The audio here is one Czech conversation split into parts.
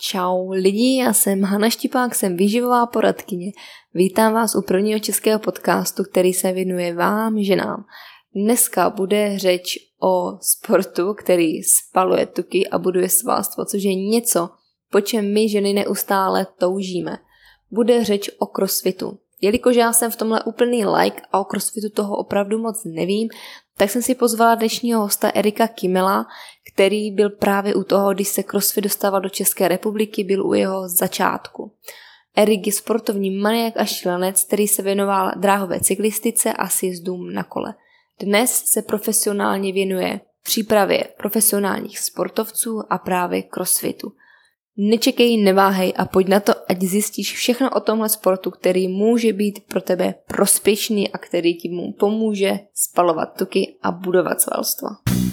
Čau lidi, já jsem Hana Štipák, jsem výživová poradkyně. Vítám vás u prvního českého podcastu, který se věnuje vám, ženám. Dneska bude řeč o sportu, který spaluje tuky a buduje svalstvo, což je něco, po čem my ženy neustále toužíme. Bude řeč o crossfitu. Jelikož já jsem v tomhle úplný like a o crossfitu toho opravdu moc nevím, tak jsem si pozvala dnešního hosta Erika Kymela, který byl právě u toho, když se crossfit dostával do České republiky, byl u jeho začátku. Erik je sportovní maniak a šílenec, který se věnoval dráhové cyklistice a sjezdům na kole. Dnes se profesionálně věnuje přípravě profesionálních sportovců a právě crossfitu. Nečekej, neváhej a pojď na to, ať zjistíš všechno o tomhle sportu, který může být pro tebe prospěšný a který ti mu pomůže spalovat tuky a budovat svalstva.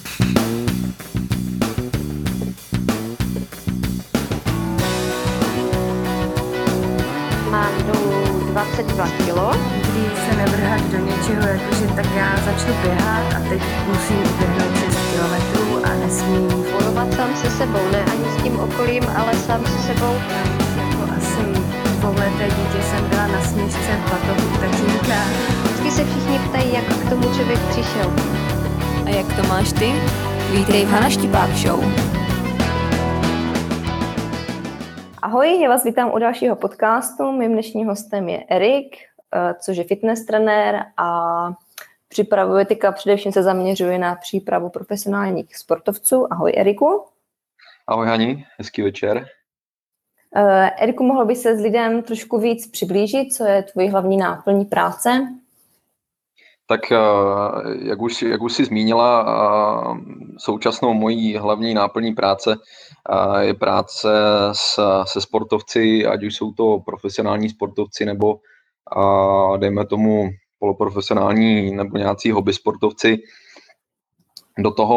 Mám dolů 22 kilo. Když se nevrhat do něčeho, jakože tak já začnu běhat a teď musím uběhnout 6 kilometrů a nesmím Bojovat sám se sebou, ne ani s tím okolím, ale sám se sebou. Jako asi dvouleté dítě jsem byla na směšce v batohu tatínka. Vždycky se všichni ptají, jak k tomu člověk přišel. A jak to máš ty? Vítej v Hana Štipák Show. Ahoj, já vás vítám u dalšího podcastu. Mým dnešním hostem je Erik, což je fitness trenér a připravuje teďka, především se zaměřuje na přípravu profesionálních sportovců. Ahoj Eriku. Ahoj Hani, hezký večer. Eriku, mohl by se s lidem trošku víc přiblížit, co je tvojí hlavní náplní práce? Tak jak už jsi zmínila, současnou mojí hlavní náplní práce je práce se sportovci, ať už jsou to profesionální sportovci nebo dejme tomu poloprofesionální nebo nějací hobby sportovci. Do toho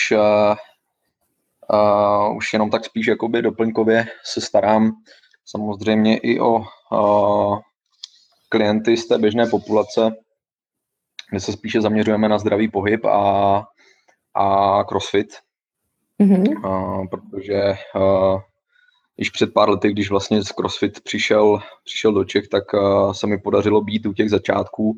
už jenom tak spíš jakoby doplňkově se starám samozřejmě i o klienty z té běžné populace, kde se spíše zaměřujeme na zdravý pohyb a crossfit. Mm-hmm. Protože již před pár lety, když vlastně crossfit přišel do Čech, tak se mi podařilo být u těch začátků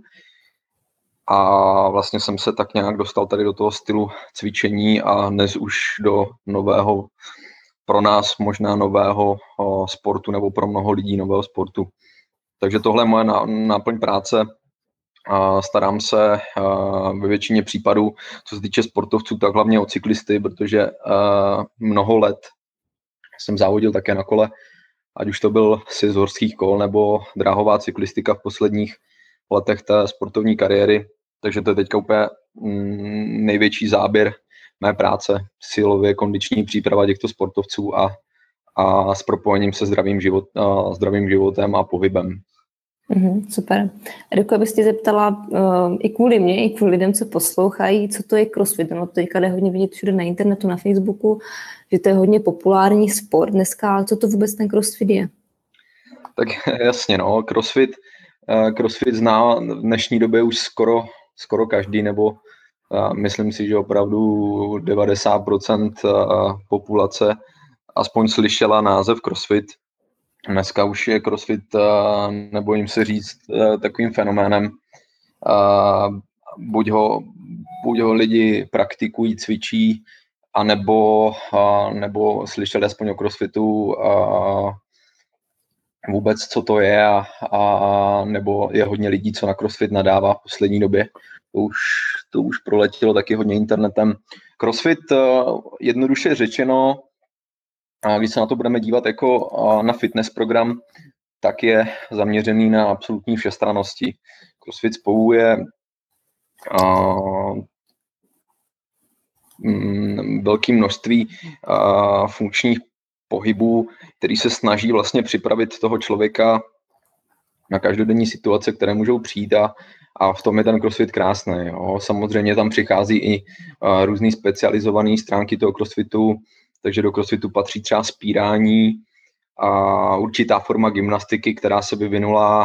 a vlastně jsem se tak nějak dostal tady do toho stylu cvičení a dnes už do nového, pro nás možná nového sportu nebo pro mnoho lidí nového sportu. Takže tohle je moje náplň práce. Starám se ve většině případů, co se týče sportovců, tak hlavně o cyklisty, protože mnoho let jsem závodil také na kole, ať už to byl sjezd horských kol nebo dráhová cyklistika v posledních letech té sportovní kariéry. Takže to je teďka úplně největší záběr mé práce, silově kondiční příprava těchto sportovců a s propojením se zdravým životem a pohybem. Super. Eriku, abych tě zeptala i kvůli mě, i kvůli lidem, co poslouchají, co to je crossfit. No to teďka jde hodně vidět všude na internetu, na Facebooku, že to je hodně populární sport dneska, ale co to vůbec ten crossfit je? Tak jasně, no, crossfit zná v dnešní době už skoro každý, nebo myslím si, že opravdu 90% populace aspoň slyšela název crossfit. Dneska už je crossfit, nebojím se říct, takovým fenoménem. Buď ho lidi praktikují, cvičí, nebo slyšeli aspoň o crossfitu vůbec, co to je, nebo je hodně lidí, co na crossfit nadává v poslední době. To už proletělo taky hodně internetem. Crossfit, jednoduše řečeno, a když se na to budeme dívat jako na fitness program, tak je zaměřený na absolutní všestrannosti. CrossFit spojuje velké množství funkčních pohybů, který se snaží vlastně připravit toho člověka na každodenní situace, které můžou přijít a v tom je ten CrossFit krásný. Jo. Samozřejmě tam přichází i různý specializované stránky toho CrossFitu, takže do crossfitu patří třeba spírání a určitá forma gymnastiky, která se vyvinula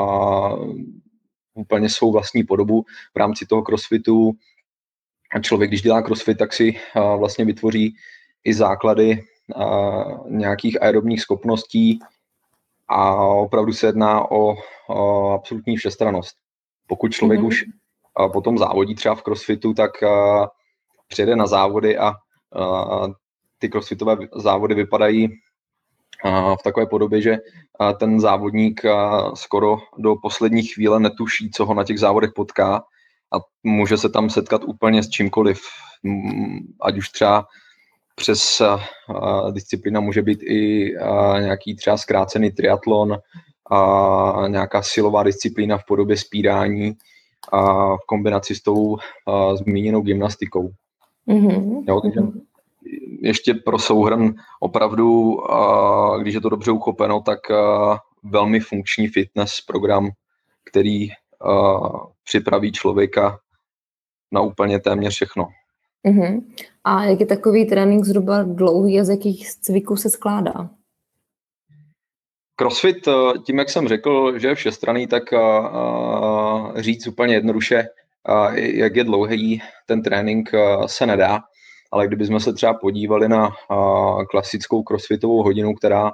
úplně svou vlastní podobu v rámci toho crossfitu. A člověk, když dělá crossfit, tak si vlastně vytvoří i základy nějakých aerobních schopností a opravdu se jedná o absolutní všestrannost. Pokud člověk už potom závodí třeba v crossfitu, tak přijede na závody a ty crossfitové závody vypadají v takové podobě, že ten závodník skoro do poslední chvíle netuší, co ho na těch závodech potká a může se tam setkat úplně s čímkoliv, ať už třeba přes disciplína může být i nějaký třeba zkrácený triatlon, nějaká silová disciplína v podobě spírání v kombinaci s tou zmíněnou gymnastikou. Jo, takže ještě pro souhrn opravdu, když je to dobře uchopeno, tak velmi funkční fitness program, který připraví člověka na úplně téměř všechno. A jak je takový trénink zhruba dlouhý a z jakých cviků se skládá? CrossFit, tím, jak jsem řekl, že je všestranný, tak říct úplně jednoduše, jak je dlouhý ten trénink, se nedá. Ale kdybychom se třeba podívali na klasickou crossfitovou hodinu, která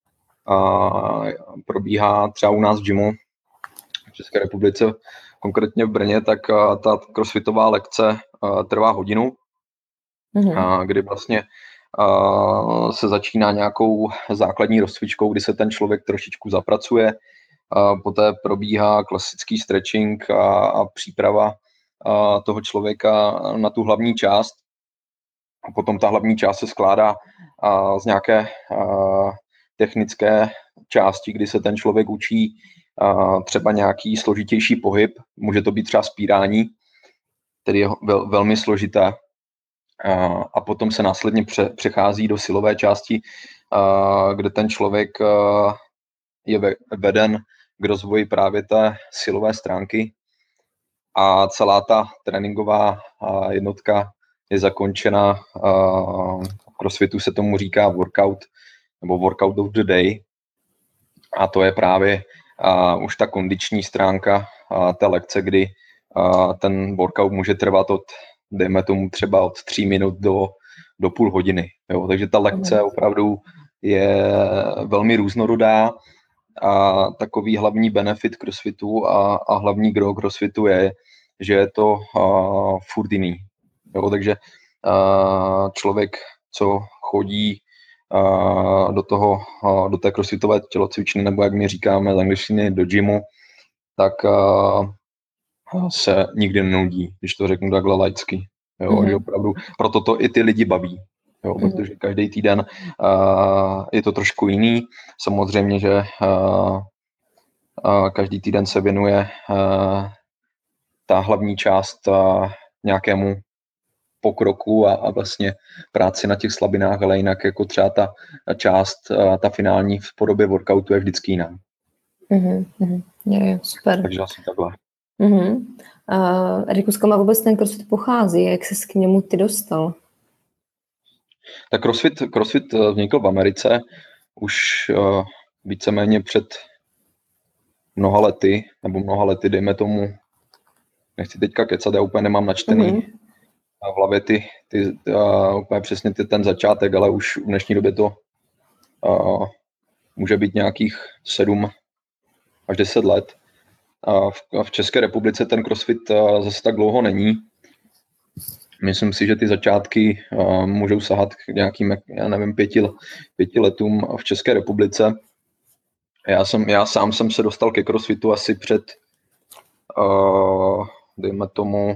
probíhá třeba u nás v gymu v České republice, konkrétně v Brně, tak ta crossfitová lekce trvá hodinu, kdy vlastně se začíná nějakou základní rozcvičkou, kdy se ten člověk trošičku zapracuje, poté probíhá klasický stretching a příprava toho člověka na tu hlavní část. A potom ta hlavní část se skládá z nějaké technické části, kdy se ten člověk učí třeba nějaký složitější pohyb, může to být třeba spírání, který je velmi složité. A potom se následně přechází do silové části, kde ten člověk je veden k rozvoji právě té silové stránky a celá ta tréninková jednotka je zakončena, v CrossFitu se tomu říká workout nebo workout of the day a to je právě už ta kondiční stránka té lekce, kdy ten workout může trvat dejme tomu třeba od 3 minut do půl hodiny. Jo? Takže ta lekce opravdu je velmi různorodá a takový hlavní benefit CrossFitu a hlavní gro CrossFitu je, že je to furt jiný. Jo? Takže člověk, co chodí do té crossfitové tělocvičny, nebo jak my říkáme z angličtiny do gymu, tak se nikdy nenudí, když to řeknu takhle laicky. Jo, že opravdu, proto to i ty lidi baví, jo, protože každý týden je to trošku jiný. Samozřejmě, že každý týden se věnuje ta hlavní část nějakému pokroku a vlastně práci na těch slabinách, ale jinak jako třeba ta část, ta finální v podobě workoutu je vždycky jiná. Je, super. Takže asi takhle. Eriku, z kam vůbec ten CrossFit pochází? Jak ses k němu ty dostal? Tak CrossFit vznikl v Americe už víceméně před mnoha lety, dejme tomu, nechci teďka kecat, já úplně nemám načtený v hlavě úplně přesně ten začátek, ale už v dnešní době to může být nějakých 7 až 10 let. V České republice ten CrossFit zase tak dlouho není. Myslím si, že ty začátky můžou sahat k nějakým, 5 letům v České republice. Já sám jsem se dostal ke CrossFitu asi před, dejme tomu,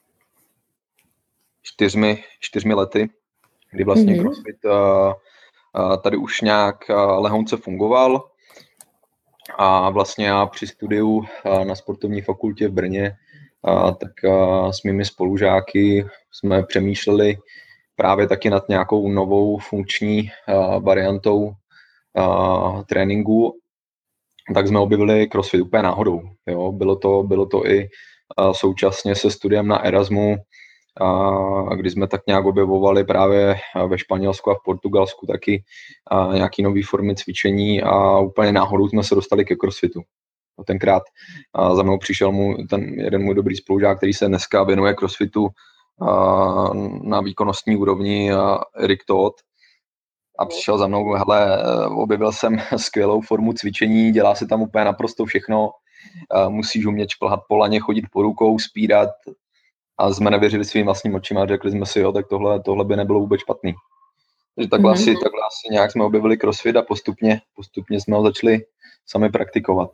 4 lety, kdy vlastně CrossFit tady už nějak lehonce fungoval. A vlastně já při studiu na sportovní fakultě v Brně tak s mými spolužáky jsme přemýšleli právě taky nad nějakou novou funkční variantou tréninku. Tak jsme objevili CrossFit úplně náhodou. Jo? Bylo to i současně se studiem na Erasmu, kdy jsme tak nějak objevovali právě ve Španělsku a v Portugalsku taky nějaký nový formy cvičení a úplně náhodou jsme se dostali ke CrossFitu. Tenkrát za mnou přišel jeden můj dobrý spolužák, který se dneska věnuje CrossFitu na výkonnostní úrovni, Erik Todt. a přišel za mnou, hele, objevil jsem skvělou formu cvičení, dělá se tam úplně naprosto všechno, musíš umět šplhat po laně, chodit po rukou, spírat, a jsme nevěřili svým vlastním očima a řekli jsme si, jo, tak tohle by nebylo vůbec špatný. Takže takhle asi nějak jsme objevili CrossFit a postupně jsme ho začali sami praktikovat.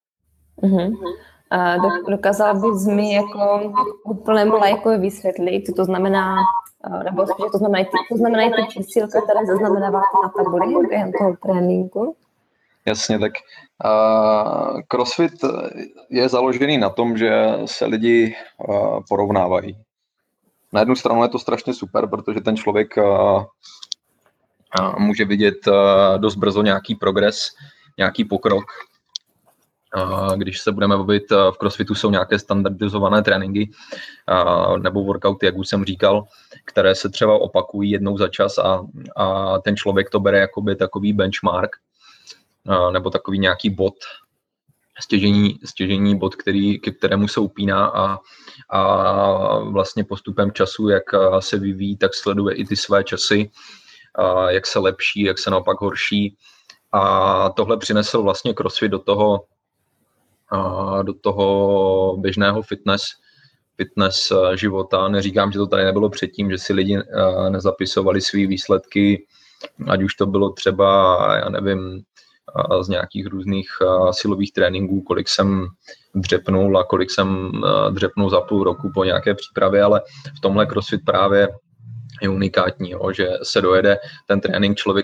Dokázal bys mi jako úplnému lajkovi vysvětlit, co to znamená, nebo spíš, to znamená ty čísílka, které zaznamenáváte na tabuli během toho tréninku? Jasně, tak CrossFit je založený na tom, že se lidi porovnávají. Na jednu stranu je to strašně super, protože ten člověk může vidět dost brzo nějaký progres, nějaký pokrok. Když se budeme bavit, v CrossFitu jsou nějaké standardizované tréninky nebo workouty, jak už jsem říkal, které se třeba opakují jednou za čas a ten člověk to bere jakoby takový benchmark nebo takový nějaký bod, stěžení bod, ke kterému se upíná a vlastně postupem času, jak se vyvíjí, tak sleduje i ty své časy, jak se lepší, jak se naopak horší. A tohle přinesl vlastně CrossFit do toho běžného fitness života. Neříkám, že to tady nebylo předtím, že si lidi nezapisovali svý výsledky, ať už to bylo třeba, já nevím, z nějakých různých silových tréninků, kolik jsem dřepnul a kolik jsem dřepnul za půl roku po nějaké přípravě, ale v tomhle CrossFit právě je unikátní, jo, že se dojede ten trénink, člověk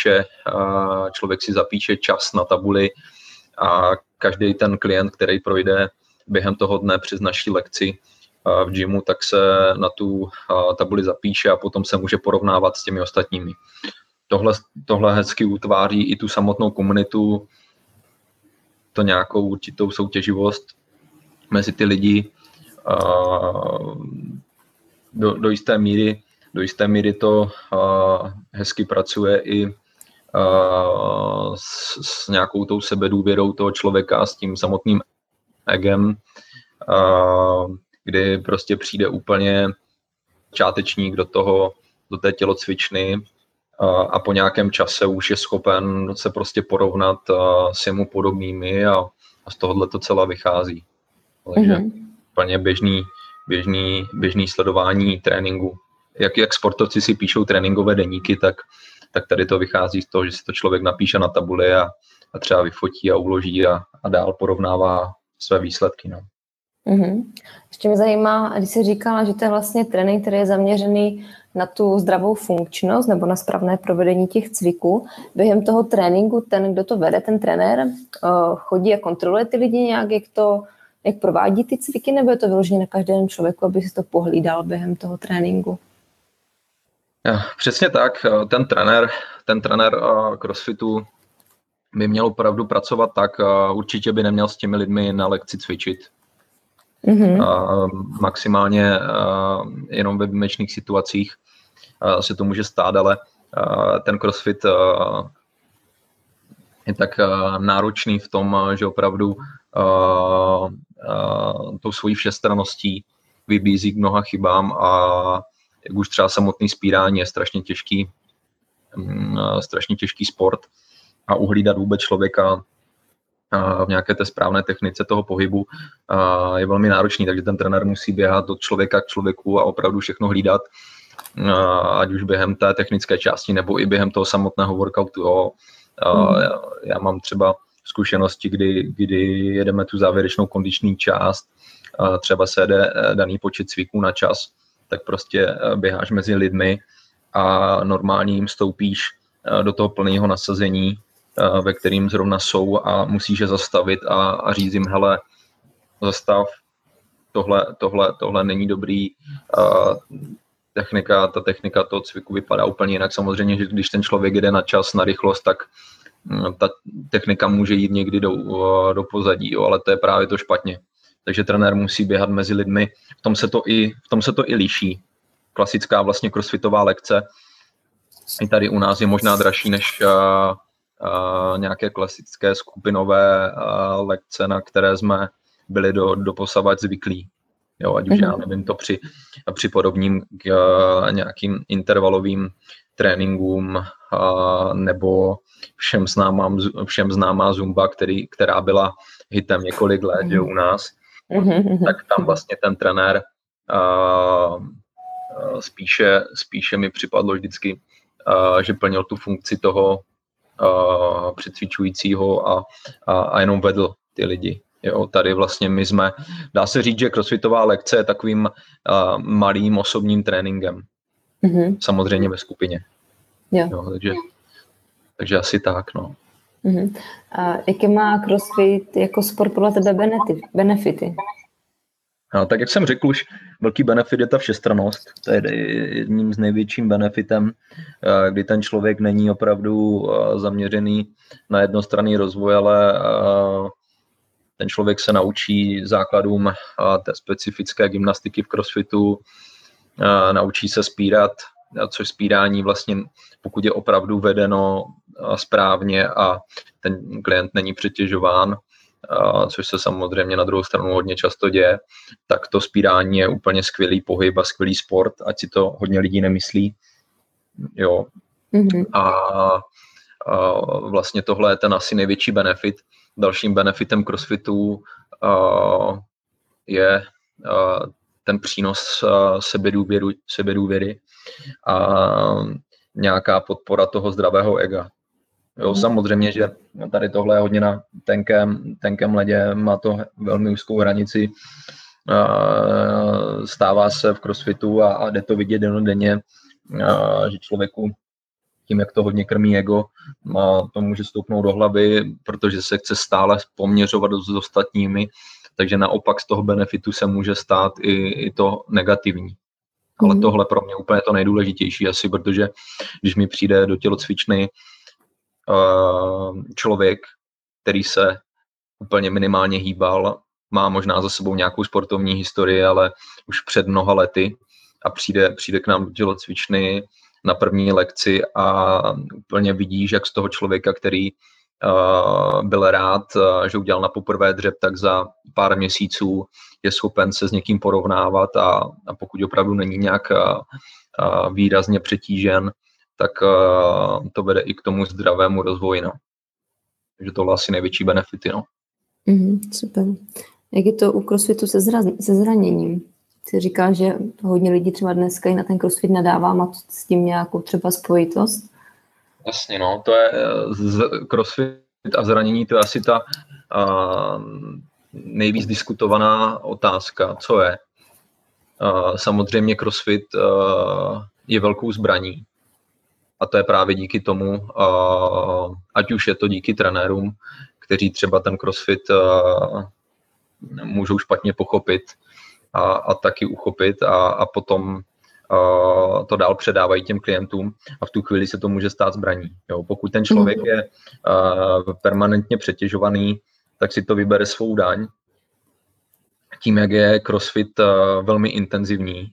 si zapíše čas na tabuli a každý ten klient, který projde během toho dne přes naší lekci v gymu, tak se na tu tabuli zapíše a potom se může porovnávat s těmi ostatními. Tohle hezky utváří i tu samotnou komunitu, to nějakou určitou soutěživost mezi ty lidi. Do jisté míry to hezky pracuje i s nějakou tou sebedůvěrou toho člověka, s tím samotným egem, kdy prostě přijde úplně čátečník do té tělocvičny a po nějakém čase už je schopen se prostě porovnat s jemu podobnými a z tohohle to celé vychází. Takže úplně běžný sledování tréninku. Jak sportovci si píšou tréninkové deníky, tak tady to vychází z toho, že si to člověk napíše na tabuli a třeba vyfotí a uloží a dál porovnává své výsledky. No. Ještě mě zajímá, když jsi říkala, že to je vlastně trénink, který je zaměřený na tu zdravou funkčnost nebo na správné provedení těch cviků. Během toho tréninku ten, kdo to vede, ten trenér, chodí a kontroluje ty lidi nějak, jak provádí ty cviky, nebo je to vyložené na každém člověku, aby si to pohlídal během toho tréninku? Přesně tak. Ten trenér CrossFitu by měl opravdu pracovat tak, určitě by neměl s těmi lidmi na lekci cvičit. Maximálně jenom ve výjimečných situacích se to může stát, ale ten CrossFit je tak náročný v tom, že opravdu tou svojí všestranností vybízí k mnoha chybám a jak už třeba samotný spírání je strašně těžký sport a uhlídat vůbec člověka v nějaké té správné technice toho pohybu je velmi náročný, takže ten trenér musí běhat od člověka k člověku a opravdu všechno hlídat, ať už během té technické části nebo i během toho samotného workoutu. Jo. Já mám třeba zkušenosti, kdy jedeme tu závěrečnou kondiční část, třeba se jede daný počet cviků na čas, tak prostě běháš mezi lidmi a normálně jim stoupíš do toho plného nasazení, ve kterým zrovna jsou a musíš je zastavit a říct jim, hele, zastav, tohle není dobrý, ta technika toho cviku vypadá úplně jinak. Samozřejmě, že když ten člověk jede na čas, na rychlost, tak ta technika může jít někdy do pozadí, jo, ale to je právě to špatně. Takže trenér musí běhat mezi lidmi, v tom se to i liší. Klasická vlastně crossfitová lekce i tady u nás je možná dražší než nějaké klasické skupinové lekce, na které jsme byli doposavad zvyklí. Jo, ať už já nevím, to připodobním k nějakým intervalovým tréninkům, nebo všem známá Zumba, která byla hitem několik let, že u nás, tak tam vlastně ten trenér spíše mi připadlo vždycky, že plnil tu funkci toho přecvičujícího a jenom vedl ty lidi. Jo, tady vlastně my jsme, dá se říct, že crossfitová lekce je takovým malým osobním tréninkem. Samozřejmě ve skupině. Jo, takže asi tak, no. A jaké má crossfit jako sport podle tebe benefity? No, tak jak jsem řekl už, velký benefit je ta všestrannost. To je jedním z největším benefitem, kdy ten člověk není opravdu zaměřený na jednostranný rozvoj, ale ten člověk se naučí základům té specifické gymnastiky v crossfitu, naučí se spírat, což spírání vlastně, pokud je opravdu vedeno správně a ten klient není přetěžován, což se samozřejmě na druhou stranu hodně často děje, tak to spírání je úplně skvělý pohyb a skvělý sport, ať si to hodně lidí nemyslí. Jo. A vlastně tohle je ten asi největší benefit. Dalším benefitem crossfitu je ten přínos sebedůvěry a nějaká podpora toho zdravého ega. Jo, samozřejmě, že tady tohle je hodně na tenkém ledě, má to velmi úzkou hranici, stává se v crossfitu a jde to vidět dennodenně, že člověku tím, jak to hodně krmí ego, to může stoupnout do hlavy, protože se chce stále poměřovat s ostatními, takže naopak z toho benefitu se může stát i to negativní. Ale tohle pro mě úplně to nejdůležitější asi, protože když mi přijde do tělocvičny člověk, který se úplně minimálně hýbal, má možná za sebou nějakou sportovní historii, ale už před mnoha lety a přijde k nám do tělocvičny na první lekci a úplně vidíš, jak z toho člověka, který byl rád, že udělal na poprvé dřep, tak za pár měsíců je schopen se s někým porovnávat a pokud opravdu není nějak výrazně přetížen, tak to vede i k tomu zdravému rozvoji. No. Takže tohle asi největší benefity. No. Super. Jak je to u crossfitu se zraněním? Jsi říkal, že hodně lidí třeba dneska i na ten crossfit nadává, má s tím nějakou třeba spojitost? Jasně, no, to je crossfit a zranění, to je asi ta nejvíc diskutovaná otázka, co je. Samozřejmě crossfit je velkou zbraní a to je právě díky tomu, ať už je to díky trenérům, kteří třeba ten crossfit můžou špatně pochopit a taky uchopit a potom to dál předávají těm klientům a v tu chvíli se to může stát zbraní. Jo, pokud ten člověk je permanentně přetěžovaný, tak si to vybere svou daň. Tím, jak je crossfit velmi intenzivní,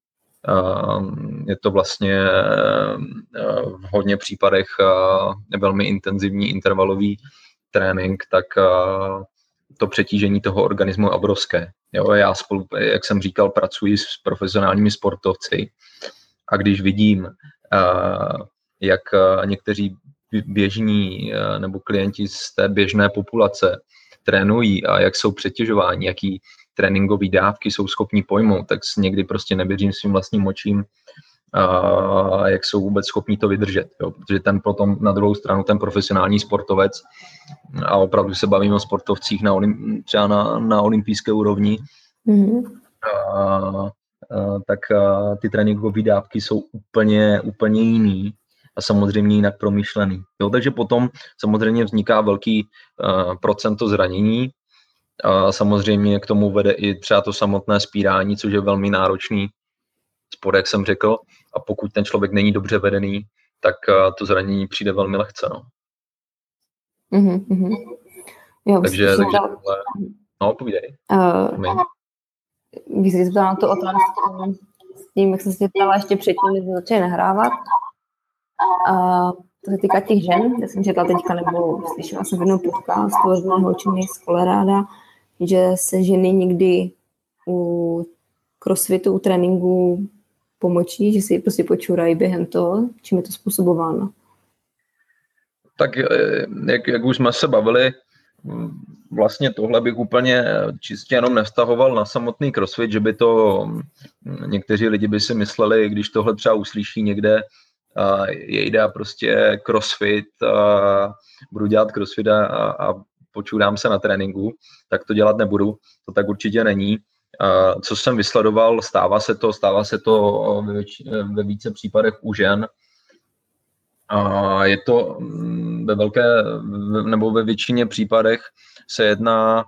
je to vlastně v hodně případech velmi intenzivní intervalový trénink, tak to přetížení toho organismu je obrovské. Jo, já jak jsem říkal, pracuji s profesionálními sportovci a když vidím, jak někteří běžní nebo klienti z té běžné populace trénují a jak jsou přetěžováni, jaký tréninkové dávky jsou schopni pojmout, tak někdy prostě nevěřím svým vlastním očím, jak jsou vůbec schopni to vydržet. Jo? Protože ten potom na druhou stranu ten profesionální sportovec, a opravdu se bavíme o sportovcích třeba na olympijské úrovni, tak ty tréninkové dávky jsou úplně jiný a samozřejmě jinak promyšlený. Jo? Takže potom samozřejmě vzniká velký procento zranění. Samozřejmě k tomu vede i třeba to samotné spírání, což je velmi náročný sport, jak jsem řekl. A pokud ten člověk není dobře vedený, tak to zranění přijde velmi lehce. No. Jo, takže no, povídej. Když se zeptala na tu otázku s tím, jak jsem se ptala ještě předtím, než jsme začali nahrávat. To se týká těch žen, já jsem četla teďka, nebo slyšela jsem v jednom podcastu od mého holčiny z Coloráda, že se ženy někdy u crossfitu, u tréninku pomocí, že si prostě počurají během toho, čím je to způsobováno? Tak jak už jsme se bavili, vlastně tohle bych úplně čistě jenom nevztahoval na samotný crossfit, že by to někteří lidi by si mysleli, když tohle třeba uslyší někde, jejda prostě crossfit, budu dělat crossfit a počurám se na tréninku, tak to dělat nebudu, to tak určitě není. Co jsem vysledoval, stává se to ve více případech u žen. Je to ve většině případech se jedná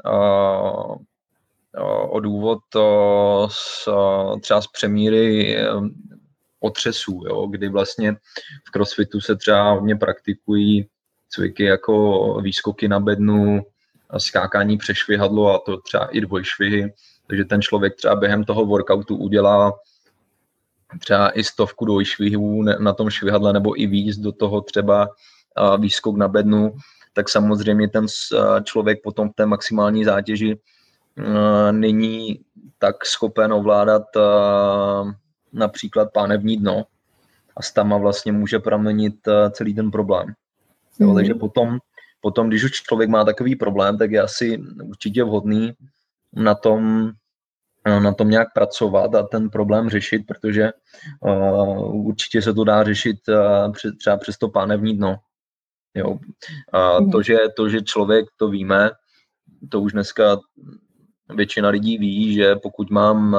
o důvod třeba z přemíry otřesů, jo, kdy vlastně v crossfitu se třeba hodně praktikují cviky jako výskoky na bednu, skákání přes švihadlo a to třeba i dvojšvihy, takže ten člověk třeba během toho workoutu udělá třeba i 100 dvojšvihů na tom švihadle nebo i víc, do toho třeba výskok na bednu, tak samozřejmě ten člověk potom v té maximální zátěži není tak schopen ovládat například pánevní dno a z tam vlastně může pramenit celý ten problém. Jo, takže potom, když už člověk má takový problém, tak je asi určitě vhodný na tom nějak pracovat a ten problém řešit, protože určitě se to dá řešit třeba přes to pánevní dno. Jo. To, že člověk, to víme, to už dneska většina lidí ví, že pokud mám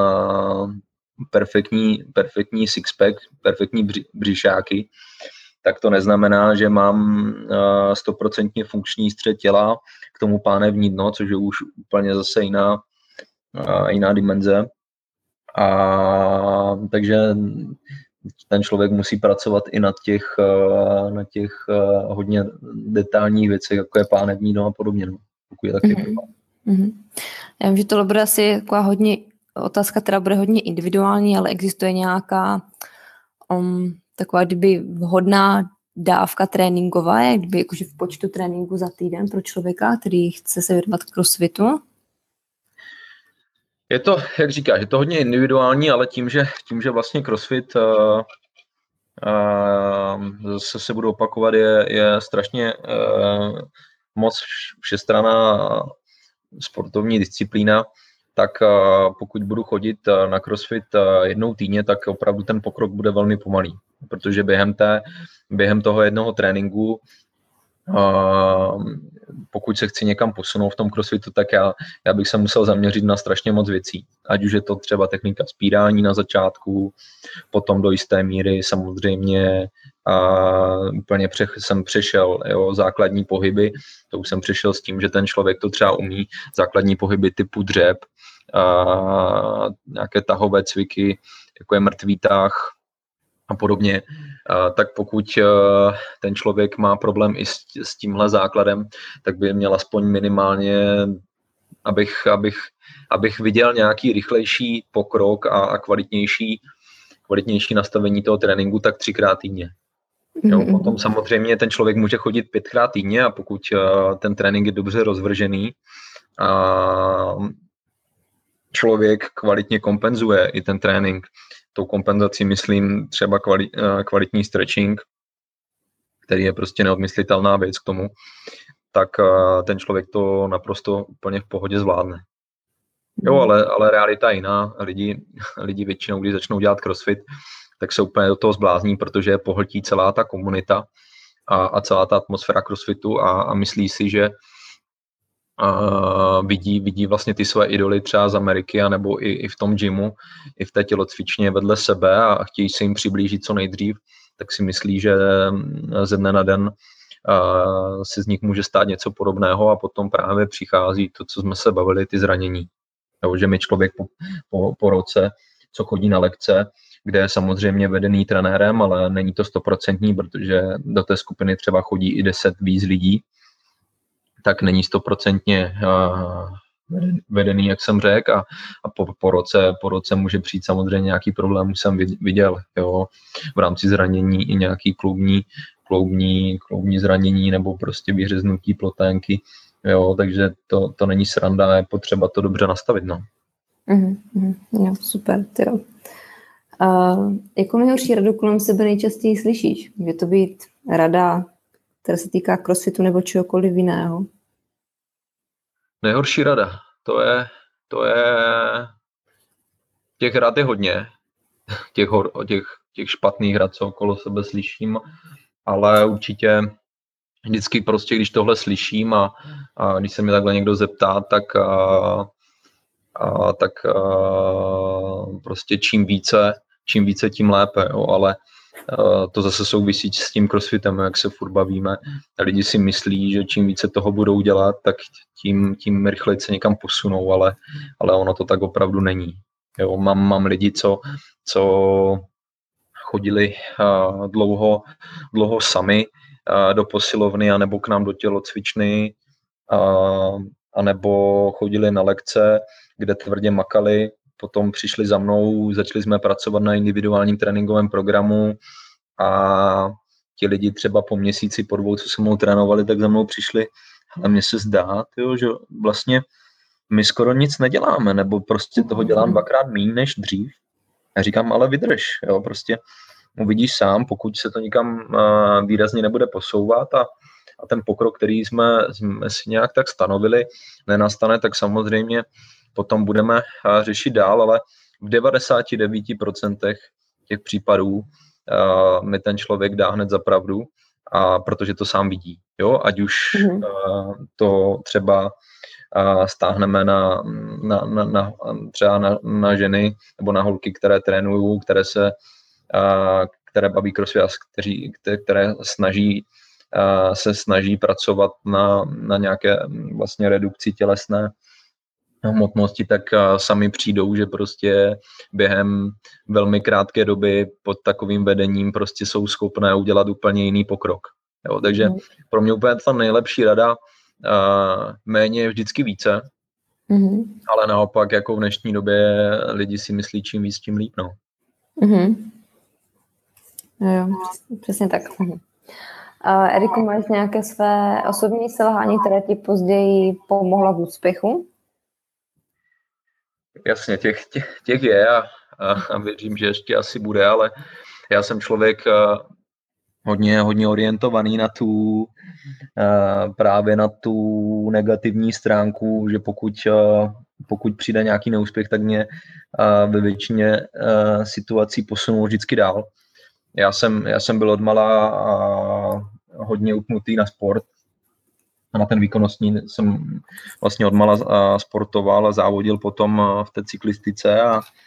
perfektní sixpack, perfektní břišáky, tak to neznamená, že mám 100% funkční střed těla k tomu pánevní dno, což je už úplně zase jiná dimenze. Takže ten člověk musí pracovat i na těch hodně detailních věcech, jako je pánevní dno a podobně, pokud je taky problém. Já vím, že tohle bude asi taková otázka, která bude hodně individuální, ale existuje nějaká taková kdyby vhodná dávka tréninková, jak kdyby jakože v počtu tréninku za týden pro člověka, který chce se věnovat k crossfitu? Je to, jak říkáš, je to hodně individuální, ale tím, že vlastně crossfit zase se budu opakovat, je strašně moc všestranná sportovní disciplína, tak pokud budu chodit na crossfit jednou týdně, tak opravdu ten pokrok bude velmi pomalý, protože během toho jednoho tréninku, pokud se chci někam posunout v tom crossfitu, tak já bych se musel zaměřit na strašně moc věcí. Ať už je to třeba technika spírání na začátku, potom do jisté míry samozřejmě úplně jsem přešel základní pohyby, to už jsem přešel s tím, že ten člověk to třeba umí, základní pohyby typu dřep, nějaké tahové cviky, jako je mrtvý tah a podobně, tak pokud ten člověk má problém i s tímhle základem, tak by měl aspoň minimálně, abych viděl nějaký rychlejší pokrok a kvalitnější nastavení toho tréninku, tak 3x týdně. Jo, potom samozřejmě ten člověk může chodit 5x týdně a pokud ten trénink je dobře rozvržený a člověk kvalitně kompenzuje i ten trénink, tou kompenzací myslím třeba kvalitní stretching, který je prostě neodmyslitelná věc k tomu, tak ten člověk to naprosto úplně v pohodě zvládne. Jo, ale realita je jiná. Lidi většinou, když začnou dělat crossfit, tak se úplně do toho zblázní, protože pohltí celá ta komunita a celá ta atmosféra crossfitu a myslí si, že vidí vlastně ty své idoly třeba z Ameriky, anebo i v tom gymu, i v té tělocvičně vedle sebe a chtějí se jim přiblížit co nejdřív, tak si myslí, že ze dne na den se z nich může stát něco podobného a potom právě přichází to, co jsme se bavili, ty zranění. Jo, že mi člověk po roce, co chodí na lekce, kde je samozřejmě vedený trenérem, ale není to 100%, protože do té skupiny třeba chodí i 10 víc lidí, tak není 100% vedený, jak jsem řekl, a po roce může přijít samozřejmě nějaký problém, už jsem viděl, jo, v rámci zranění i nějaký kloubní zranění nebo prostě vyhřeznutí ploténky, jo, takže to není sranda, je potřeba to dobře nastavit, no. Jo, super, tyjo. Jakou nejhorší radu kolem sebe nejčastěji slyšíš? Může to být rada, která se týká crossfitu nebo čehokoliv jiného? Nejhorší rada, to je těch rad je hodně, těch špatných rad, co okolo sebe slyším, ale určitě vždycky prostě, když tohle slyším a když se mě takhle někdo zeptá, tak prostě čím více, tím lépe, jo, ale to zase souvisí s tím crossfitem, jak se furt bavíme. A lidi si myslí, že čím více toho budou dělat, tak tím rychleji se někam posunou, ale ono to tak opravdu není. Jo, mám lidi, co chodili dlouho sami do posilovny anebo k nám do tělocvičny, anebo chodili na lekce, kde tvrdě makali, potom přišli za mnou, začali jsme pracovat na individuálním tréninkovém programu a ti lidi třeba po měsíci, po 2, co se mnou trénovali, tak za mnou přišli. Ale mně se zdá, že vlastně my skoro nic neděláme, nebo prostě toho dělám 2krát méně než dřív. Já říkám, ale vydrž, jo, prostě uvidíš sám, pokud se to nikam výrazně nebude posouvat a ten pokrok, který jsme si nějak tak stanovili, nenastane, tak samozřejmě potom budeme řešit dál, ale v 99% těch případů mi ten člověk dá hned za pravdu, a protože to sám vidí. Jo? Ať už to třeba stáhneme třeba na ženy nebo na holky, které trénují, které baví crossfit a které se snaží pracovat na nějaké vlastně redukci tělesné hmotnosti, tak sami přijdou, že prostě během velmi krátké doby pod takovým vedením prostě jsou schopné udělat úplně jiný pokrok. Jo, takže pro mě úplně ta nejlepší rada, méně je vždycky více, ale naopak jako v dnešní době lidi si myslí čím víc, tím líp. No. Jo, přesně tak. Eriku, máš nějaké své osobní selhání, které ti později pomohla v úspěchu? Jasně, těch je a věřím, že ještě asi bude, ale já jsem člověk hodně orientovaný na právě na tu negativní stránku, že pokud přijde nějaký neúspěch, tak mě ve většině situací posunul vždycky dál. Já jsem byl odmala hodně upnutý na sport a na ten výkonnostní jsem vlastně odmala sportoval a závodil potom v té cyklistice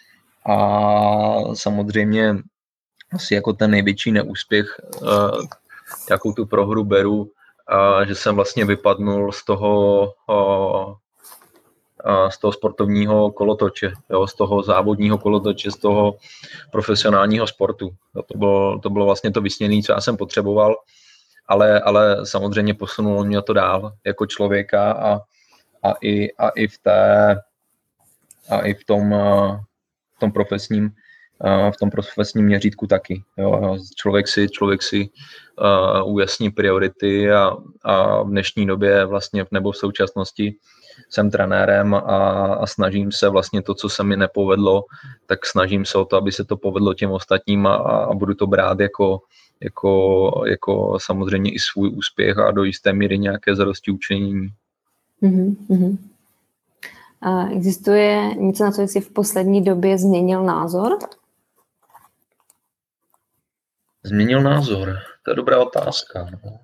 a samozřejmě asi jako ten největší neúspěch, jakou tu prohru beru, že jsem vlastně vypadnul z toho sportovního kolotoče, jo, z toho závodního kolotoče, z toho profesionálního sportu. To bylo vlastně to vysněné, co já jsem potřeboval, ale samozřejmě posunulo mě to dál jako člověka a i v tom profesním měřítku taky. Jo. Člověk si ujasní priority a v dnešní době vlastně nebo v současnosti jsem trenérem a snažím se vlastně to, co se mi nepovedlo, tak snažím se o to, aby se to povedlo těm ostatním a budu to brát jako samozřejmě i svůj úspěch a do jisté míry nějaké zadosti učinění. A existuje něco, na co jsi v poslední době změnil názor? Změnil názor? To je dobrá otázka. No.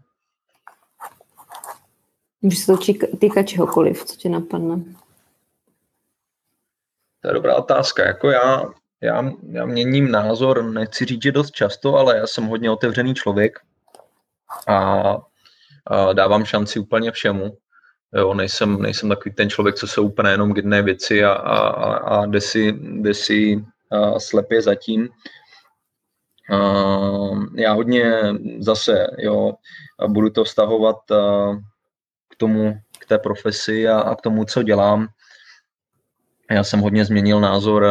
Může se to týkat čehokoliv, co tě napadne. To je dobrá otázka. Jako já měním názor, nechci říct, že dost často, ale já jsem hodně otevřený člověk a dávám šanci úplně všemu. Jo, nejsem takový ten člověk, co se úplně jenom k jedné věci a jde si slepě zatím. Já hodně zase, jo, budu to vztahovat k té profesi a k tomu, co dělám. Já jsem hodně změnil názor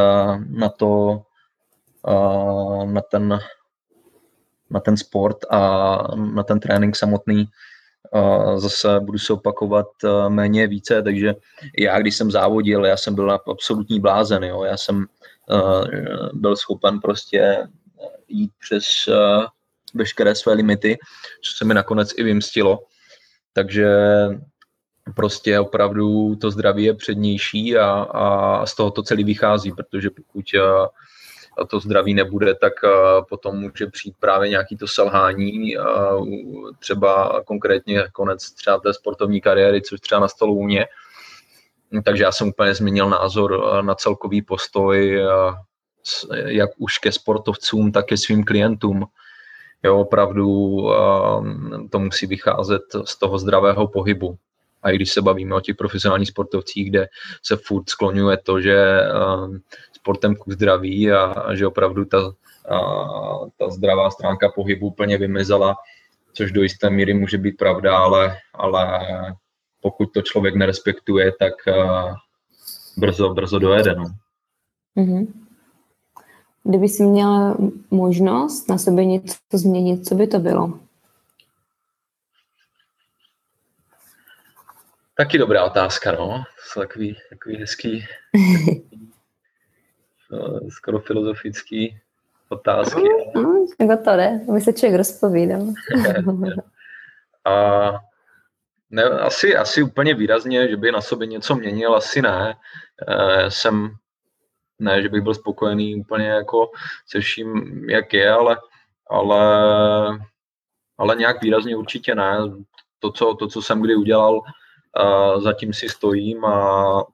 na ten sport a na ten trénink samotný. Zase budu se opakovat méně více, takže já, když jsem závodil, já jsem byl absolutní blázen, jo. Já jsem byl schopen prostě jít přes veškeré své limity, co se mi nakonec i vymstilo. Takže prostě opravdu to zdraví je přednější a z toho to celý vychází, protože pokud to zdraví nebude, tak potom může přijít právě nějaký to selhání, třeba konkrétně konec třeba té sportovní kariéry, což třeba nastalo u mě. Takže já jsem úplně změnil názor na celkový postoj, jak už ke sportovcům, tak ke svým klientům. Jo, opravdu to musí vycházet z toho zdravého pohybu. A i když se bavíme o těch profesionálních sportovcích, kde se furt skloňuje to, že sportem ku zdraví a že opravdu ta zdravá stránka pohybu úplně vymizela, což do jisté míry může být pravda, ale pokud to člověk nerespektuje, tak brzo dojede. No. Mm-hmm. Kdyby jsi měla možnost na sobě něco změnit, co by to bylo? Taky dobrá otázka, no. To jsou takový hezký, skoro filozofický otázky. Jako to jde, aby se člověk rozpovídal. Ne, asi úplně výrazně, že by na sobě něco měnil, asi ne. Ne, že bych byl spokojený úplně jako se vším, jak je, ale nějak výrazně určitě ne. To, co jsem kdy udělal, zatím si stojím a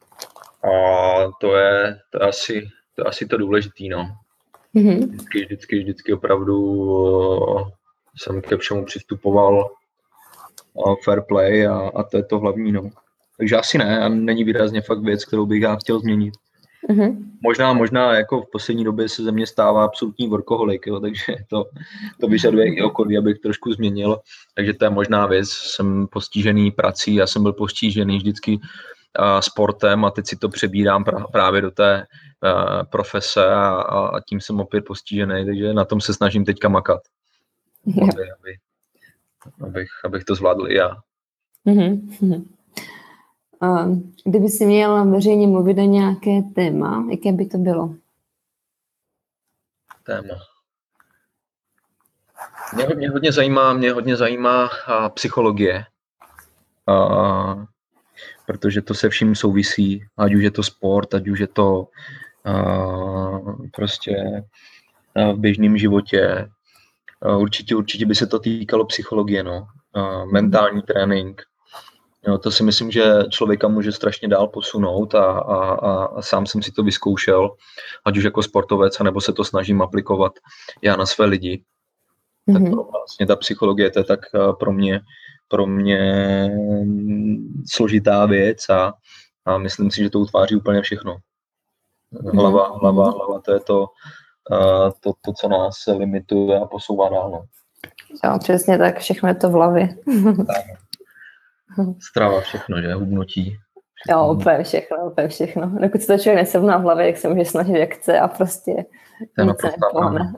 to je asi to důležitý, no. Mm-hmm. Vždycky opravdu jsem ke všemu přistupoval fair play a to je to hlavní, no. Takže asi ne, a není výrazně fakt věc, kterou bych já chtěl změnit. Mm-hmm. Možná jako v poslední době se ze mě stává absolutní workoholik, jo, takže to vyžaduje i okolí, abych trošku změnil, takže to je možná věc. Jsem postižený prací, já jsem byl postižený vždycky sportem a teď si to přebírám právě do té profese a tím jsem opět postižený, takže na tom se snažím teďka makat, abych to zvládl i já. Mm-hmm. Kdyby si měl veřejně mluvit na nějaké téma, jaké by to bylo? Téma. Mě hodně zajímá psychologie, protože to se vším souvisí, ať už je to sport, ať už je to prostě v běžném životě. Určitě by se to týkalo psychologie, no. Mentální trénink. Jo, to si myslím, že člověka může strašně dál posunout a sám jsem si to vyzkoušel, ať už jako sportovec, nebo se to snažím aplikovat já na své lidi. Mm-hmm. Tak vlastně ta psychologie, to je tak pro mě složitá věc a myslím si, že to utváří úplně všechno. Hlava, to je to, co nás limituje a posouvá dál. No. Jo, přesně tak, všechno je to v hlavě. Strava, všechno, že? Hubnutí. Jo, úplně všechno. Dokud se to člověk nesrovná v hlavě, tak se může snažit, jak chce a prostě nic se nepohne.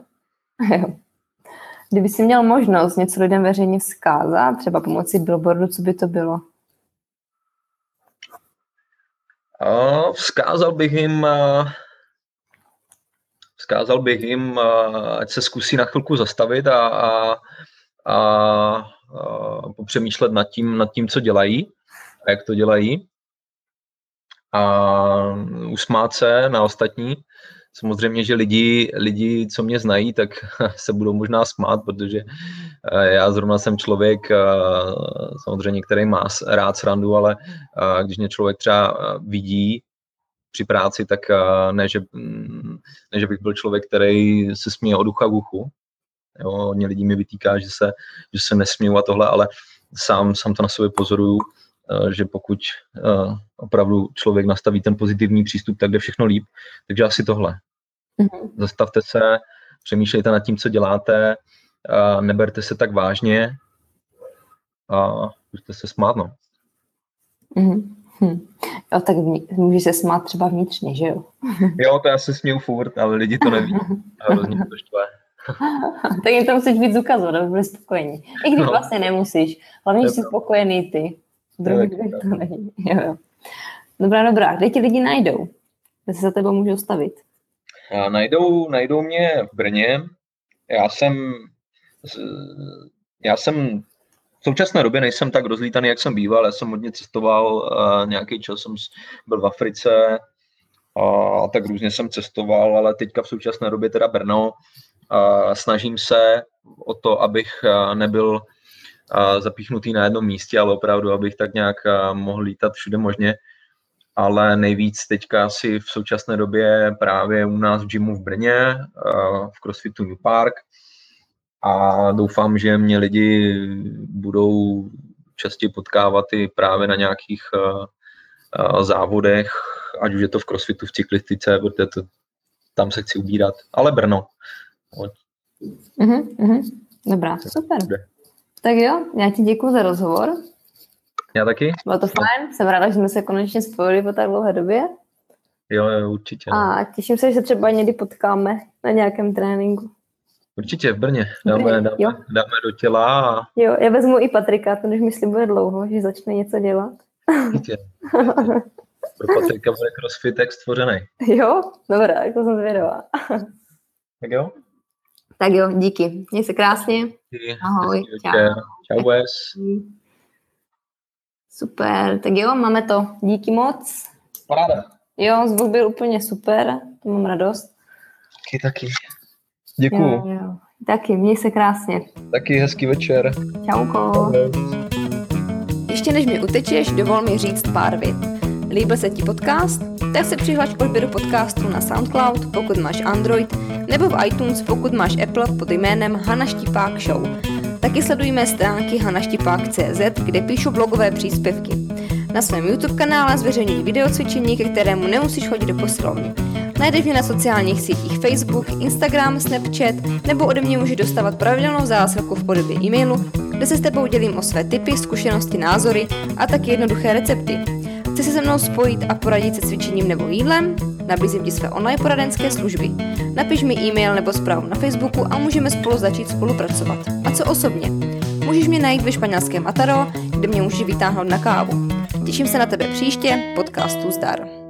Kdyby jsi měl možnost něco lidem veřejně vzkázat, třeba pomocí billboardu, co by to bylo? Vzkázal bych jim, ať se zkusí na chvilku zastavit a popřemýšlet nad tím, co dělají a jak to dělají a usmát se na ostatní. Samozřejmě, že lidi, co mě znají, tak se budou možná smát, protože já zrovna jsem člověk, samozřejmě, který má rád srandu, ale když mě člověk třeba vidí při práci, tak ne, že bych byl člověk, který se směje od ucha k uchu. Jo, hodně lidí mi vytýká, že se nesměju a tohle, ale sám to na sobě pozoruju, že pokud opravdu člověk nastaví ten pozitivní přístup, tak jde všechno líp. Takže asi tohle. Mm-hmm. Zastavte se, přemýšlejte nad tím, co děláte, neberte se tak vážně a zkuste se smát, no. Mm-hmm. Jo, tak můžeš se smát třeba vnitřně, že jo? Jo, to já se směju furt, ale lidi to neví. Hrozně to štve. Tak jim to musíš víc ukazovat, aby byli spokojení. I když vlastně nemusíš. Hlavně, že jsi spokojený ty. Druhý to není. Jo. Dobrá. Kde ti lidi najdou? Kde se za tebou můžou stavit? Najdou mě v Brně. Já jsem v současné době nejsem tak rozlítaný, jak jsem býval. Já jsem hodně cestoval, nějaký čas jsem byl v Africe a tak různě jsem cestoval, ale teďka v současné době teda Brno. Snažím se o to, abych nebyl zapíchnutý na jednom místě, ale opravdu, abych tak nějak mohl lítat všude možně. Ale nejvíc teďka asi v současné době právě u nás v gymu v Brně, v CrossFitu New Park. A doufám, že mě lidi budou častěji potkávat i právě na nějakých závodech, ať už je to v CrossFitu, v cyklistice, protože tam se chci ubírat. Ale Brno. Dobrá, super. Tak jo, já ti děkuju za rozhovor. Já taky. Bylo to fajn, jsem ráda, že jsme se konečně spojili po tak dlouhé době. Jo, určitě. A těším se, že třeba někdy potkáme na nějakém tréninku. Určitě v Brně. Dáme do těla. Jo, já vezmu i Patrika, ten už mi slibuje dlouho, že začne něco dělat. Určitě. Pro Patrika bude CrossFit jak stvořený. Jo, dobrá, to jsem zvědavá. Tak jo? Tak jo, díky. Měj se krásně. Ahoj. Čau, Wes. Super, tak jo, máme to. Díky moc. Paráda. Jo, zvuk byl úplně super, to mám radost. Taky. Děkuju. Jo. Taky, měj se krásně. Taky hezký večer. Čauko. Ještě než mi utečeš, dovol mi říct pár vět. Líbil se ti podcast? Tak se přihlaš k odběru podcastu na SoundCloud, pokud máš Android, nebo v iTunes, pokud máš Apple pod jménem Hana Štipák Show. Taky sleduj mé stránky hanaštipák.cz, kde píšu blogové příspěvky. Na svém YouTube kanále zveřejňuji videocvičení, ke kterému nemusíš chodit do posilovny. Najdeš mě na sociálních sítích Facebook, Instagram, Snapchat, nebo ode mě můžeš dostávat pravidelnou zásilku v podobě e-mailu, kde se s tebou dělím o své tipy, zkušenosti, názory a taky jednoduché recepty. Chci se se mnou spojit a poradit se cvičením nebo jídlem? Nabízím ti své online poradenské služby. Napiš mi e-mail nebo zprávu na Facebooku a můžeme spolu začít spolupracovat. A co osobně? Můžeš mě najít ve španělském Ataro, kde mě můžeš vytáhnout na kávu. Těším se na tebe příště, podcastu zdar.